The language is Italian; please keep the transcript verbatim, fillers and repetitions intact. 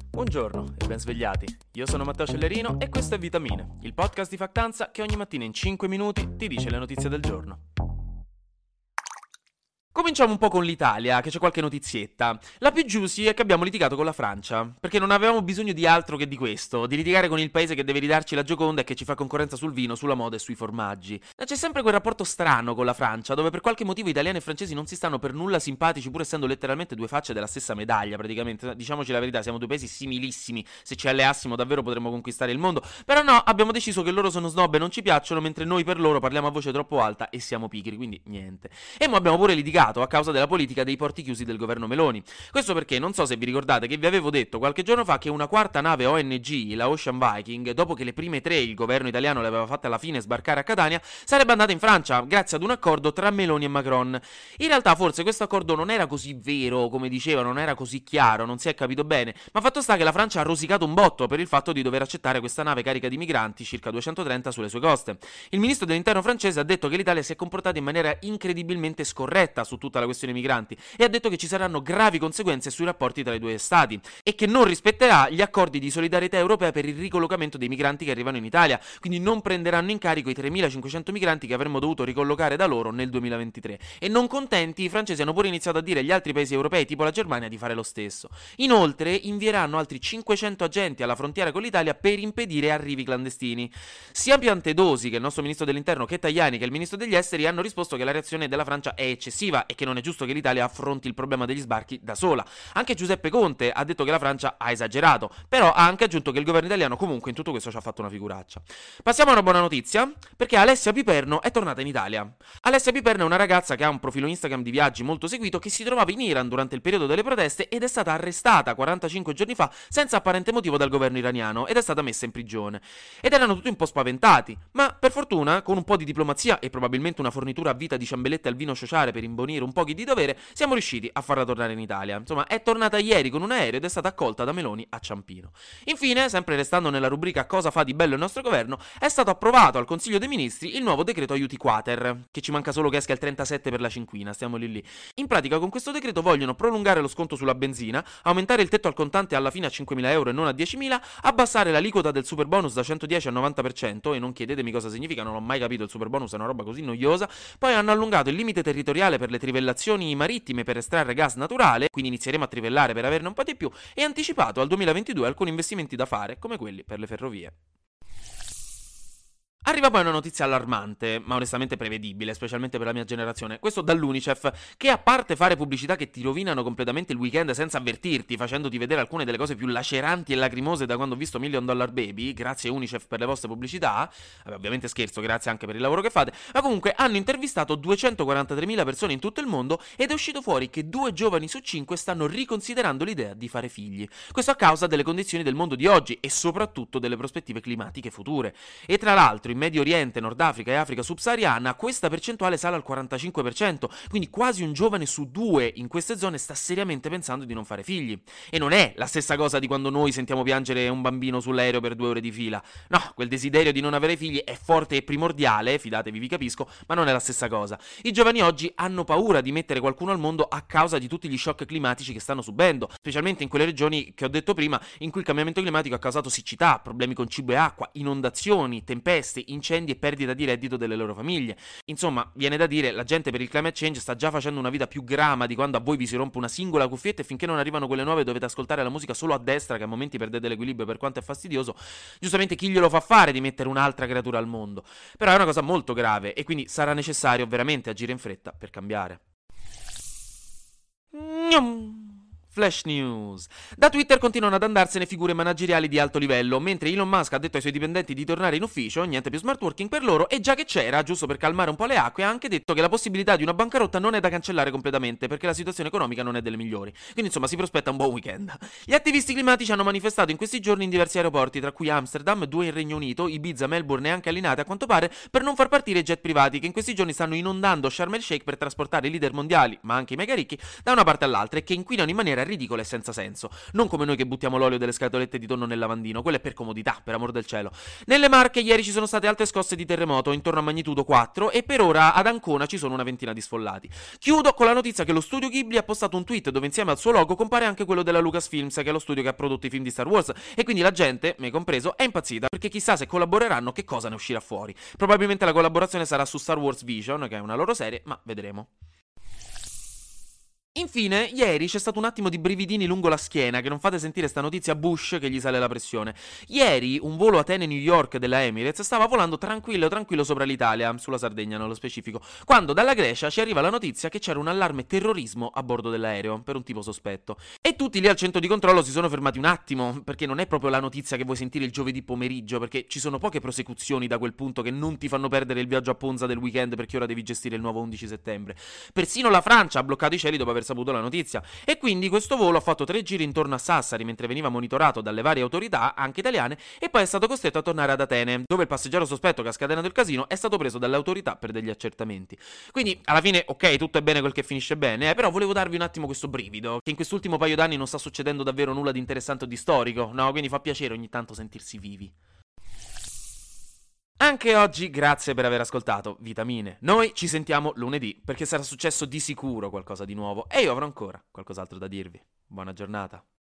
Buongiorno e ben svegliati, io sono Matteo Cellerino e questo è Vitamine, il podcast di Factanza che ogni mattina in cinque minuti ti dice le notizie del giorno. Cominciamo un po' con l'Italia, che c'è qualche notizietta. La più juicy è che abbiamo litigato con la Francia, perché non avevamo bisogno di altro che di questo, di litigare con il paese che deve ridarci la Gioconda e che ci fa concorrenza sul vino, sulla moda e sui formaggi. Ma c'è sempre quel rapporto strano con la Francia, dove per qualche motivo italiani e francesi non si stanno per nulla simpatici, pur essendo letteralmente due facce della stessa medaglia, praticamente. Diciamoci la verità, siamo due paesi similissimi, se ci alleassimo davvero potremmo conquistare il mondo. Però no, abbiamo deciso che loro sono snob e non ci piacciono, mentre noi per loro parliamo a voce troppo alta e siamo pigri, quindi niente. E mo abbiamo pure litigato a causa della politica dei porti chiusi del governo Meloni. Questo perché non so se vi ricordate che vi avevo detto qualche giorno fa che una quarta nave O N G, la Ocean Viking, dopo che le prime tre il governo italiano le aveva fatte alla fine sbarcare a Catania, sarebbe andata in Francia grazie ad un accordo tra Meloni e Macron. In realtà forse questo accordo non era così vero come diceva, non era così chiaro, non si è capito bene, ma fatto sta che la Francia ha rosicato un botto per il fatto di dover accettare questa nave carica di migranti, circa duecentotrenta, sulle sue coste. Il ministro dell'interno francese ha detto che l'Italia si è comportata in maniera incredibilmente scorretta su tutta la questione migranti e ha detto che ci saranno gravi conseguenze sui rapporti tra i due stati e che non rispetterà gli accordi di solidarietà europea per il ricollocamento dei migranti che arrivano in Italia, quindi non prenderanno in carico i tremilacinquecento migranti che avremmo dovuto ricollocare da loro nel duemilaventitré. E non contenti, i francesi hanno pure iniziato a dire agli altri paesi europei, tipo la Germania, di fare lo stesso. Inoltre invieranno altri cinquecento agenti alla frontiera con l'Italia per impedire arrivi clandestini. Sia Piantedosi, che è il nostro ministro dell'interno, che Tajani, che è il ministro degli esteri, hanno risposto che la reazione della Francia è eccessiva e che non è giusto che l'Italia affronti il problema degli sbarchi da sola. Anche Giuseppe Conte ha detto che la Francia ha esagerato, però ha anche aggiunto che il governo italiano comunque in tutto questo ci ha fatto una figuraccia. Passiamo a una buona notizia, perché Alessia Piperno è tornata in Italia. Alessia Piperno è una ragazza che ha un profilo Instagram di viaggi molto seguito, che si trovava in Iran durante il periodo delle proteste ed è stata arrestata quarantacinque giorni fa senza apparente motivo dal governo iraniano ed è stata messa in prigione. Ed erano tutti un po' spaventati, ma per fortuna, con un po' di diplomazia e probabilmente una fornitura a vita di ciambellette al vino sociale per imbonire un po' chi di dovere, siamo riusciti a farla tornare in Italia. Insomma, è tornata ieri con un aereo ed è stata accolta da Meloni a Ciampino. Infine, sempre restando nella rubrica Cosa fa di bello il nostro governo, è stato approvato al Consiglio dei Ministri il nuovo decreto aiuti quater, che ci manca solo che esca il trentasette per la cinquina, stiamo lì lì. In pratica con questo decreto vogliono prolungare lo sconto sulla benzina, aumentare il tetto al contante alla fine a cinquemila euro e non a diecimila, abbassare l'aliquota del super bonus da centodieci al novanta per cento, e non chiedetemi cosa significa, non ho mai capito il super bonus, è una roba così noiosa. Poi hanno allungato il limite territoriale per le trivellazioni marittime per estrarre gas naturale, quindi inizieremo a trivellare per averne un po' di più, e anticipato al duemilaventidue alcuni investimenti da fare, come quelli per le ferrovie. Arriva poi una notizia allarmante, ma onestamente prevedibile, specialmente per la mia generazione. Questo dall'Unicef, che a parte fare pubblicità che ti rovinano completamente il weekend senza avvertirti, facendoti vedere alcune delle cose più laceranti e lacrimose da quando ho visto Million Dollar Baby, grazie Unicef per le vostre pubblicità, vabbè, ovviamente scherzo, grazie anche per il lavoro che fate, ma comunque hanno intervistato duecentoquarantatremila persone in tutto il mondo ed è uscito fuori che due giovani su cinque stanno riconsiderando l'idea di fare figli. Questo a causa delle condizioni del mondo di oggi e soprattutto delle prospettive climatiche future. E tra l'altro in Medio Oriente, Nord Africa e Africa subsahariana questa percentuale sale al quarantacinque per cento, quindi quasi un giovane su due in queste zone sta seriamente pensando di non fare figli. E non è la stessa cosa di quando noi sentiamo piangere un bambino sull'aereo per due ore di fila. No, quel desiderio di non avere figli è forte e primordiale, fidatevi, vi capisco, ma non è la stessa cosa. I giovani oggi hanno paura di mettere qualcuno al mondo a causa di tutti gli shock climatici che stanno subendo, specialmente in quelle regioni che ho detto prima, in cui il cambiamento climatico ha causato siccità, problemi con cibo e acqua, inondazioni, tempeste, incendi e perdita di reddito delle loro famiglie. Insomma, viene da dire, la gente per il climate change sta già facendo una vita più grama di quando a voi vi si rompe una singola cuffietta e finché non arrivano quelle nuove dovete ascoltare la musica solo a destra, che a momenti perdete l'equilibrio per quanto è fastidioso. Giustamente chi glielo fa fare di mettere un'altra creatura al mondo? Però è una cosa molto grave e quindi sarà necessario veramente agire in fretta per cambiare. Gnam. Flash News. Da Twitter continuano ad andarsene figure manageriali di alto livello, mentre Elon Musk ha detto ai suoi dipendenti di tornare in ufficio, niente più smart working per loro, e già che c'era, giusto per calmare un po' le acque, ha anche detto che la possibilità di una bancarotta non è da cancellare completamente, perché la situazione economica non è delle migliori. Quindi insomma si prospetta un buon weekend. Gli attivisti climatici hanno manifestato in questi giorni in diversi aeroporti, tra cui Amsterdam, due in Regno Unito, Ibiza, Melbourne e anche Linate a quanto pare, per non far partire i jet privati che in questi giorni stanno inondando Sharm el Sheikh per trasportare i leader mondiali, ma anche i mega ricchi, da una parte all'altra e che inquinano in maniera maniera ridicola e senza senso. Non come noi che buttiamo l'olio delle scatolette di tonno nel lavandino, quello è per comodità, per amor del cielo. Nelle Marche ieri ci sono state altre scosse di terremoto intorno a magnitudo quattro e per ora ad Ancona ci sono una ventina di sfollati. Chiudo con la notizia che lo studio Ghibli ha postato un tweet dove insieme al suo logo compare anche quello della Lucasfilms, che è lo studio che ha prodotto i film di Star Wars, e quindi la gente, me compreso, è impazzita perché chissà se collaboreranno che cosa ne uscirà fuori. Probabilmente la collaborazione sarà su Star Wars Vision, che è una loro serie, ma vedremo. Infine, ieri c'è stato un attimo di brividini lungo la schiena, che non fate sentire sta notizia a Bush che gli sale la pressione. Ieri un volo Atene-New York della Emirates stava volando tranquillo tranquillo sopra l'Italia, sulla Sardegna nello specifico, quando dalla Grecia ci arriva la notizia che c'era un allarme terrorismo a bordo dell'aereo, per un tipo sospetto. E tutti lì al centro di controllo si sono fermati un attimo, perché non è proprio la notizia che vuoi sentire il giovedì pomeriggio, perché ci sono poche prosecuzioni da quel punto che non ti fanno perdere il viaggio a Ponza del weekend perché ora devi gestire il nuovo undici settembre. Persino la Francia ha bloccato i cieli dopo aver saputo la notizia, e quindi questo volo ha fatto tre giri intorno a Sassari mentre veniva monitorato dalle varie autorità, anche italiane, e poi è stato costretto a tornare ad Atene, dove il passeggero sospetto che ha scatenato il casino è stato preso dalle autorità per degli accertamenti. Quindi alla fine ok, tutto è bene quel che finisce bene, eh, però volevo darvi un attimo questo brivido, che in quest'ultimo paio d'anni non sta succedendo davvero nulla di interessante o di storico, no? Quindi fa piacere ogni tanto sentirsi vivi. Anche oggi grazie per aver ascoltato Vitamine. Noi ci sentiamo lunedì, perché sarà successo di sicuro qualcosa di nuovo e io avrò ancora qualcos'altro da dirvi. Buona giornata.